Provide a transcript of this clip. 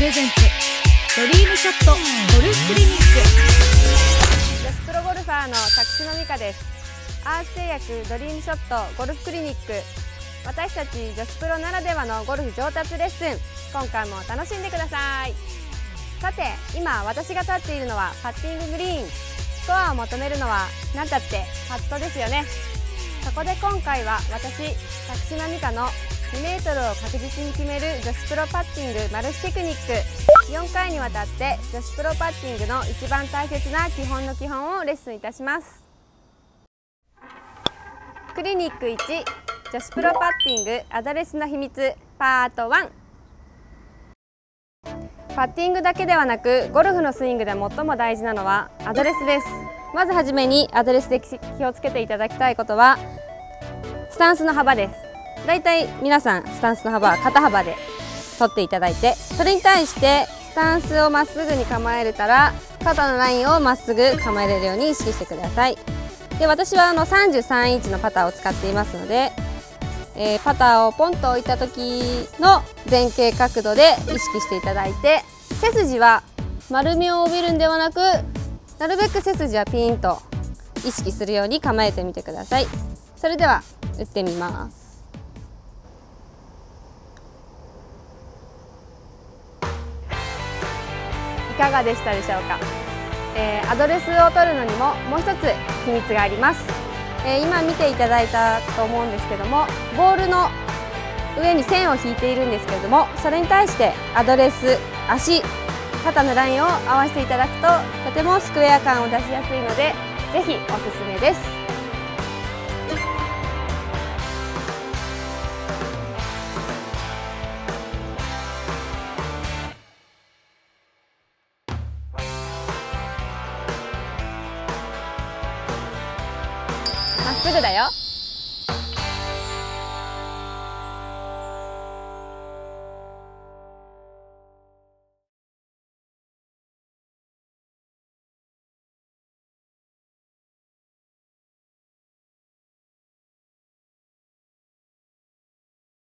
レゼンツドリームショットゴルフクリニック。 女子プロゴルファーの作詞の美香です。アース製薬ドリームショットゴルフクリニック、私たち女子プロならではのゴルフ上達レッスン、今回も楽しんでください。さて、今私が立っているのはパッティンググリーン。スコアを求めるのは何だってパットですよね。そこで今回は私作詞の美香の2メートルを確実に決める女子プロパッティングマルチテクニック、4回にわたって女子プロパッティングの一番大切な基本の基本をレッスンいたします。クリニック1、女子プロパッティングアドレスの秘密パート1。パッティングだけではなくゴルフのスイングで最も大事なのはアドレスです。まずはじめにアドレスで気をつけていただきたいことはスタンスの幅です。だいたい皆さんスタンスの幅は肩幅で取っていただいて、それに対してスタンスをまっすぐに構えれたら肩のラインをまっすぐ構えれるように意識してください。で、私は33インチのパターを使っていますので、パターをポンと置いた時の前傾角度で意識していただいて、背筋は丸みを帯びるんではなく、なるべく背筋はピンと意識するように構えてみてください。それでは打ってみます。いかがでしたでしょうか。アドレスを取るのにももう一つ秘密があります。今見ていただいたと思うんですけども、ボールの上に線を引いているんですけれども、それに対してアドレス、足、肩のラインを合わせていただくととてもスクエア感を出しやすいので、ぜひおすすめです。まっすぐだよ。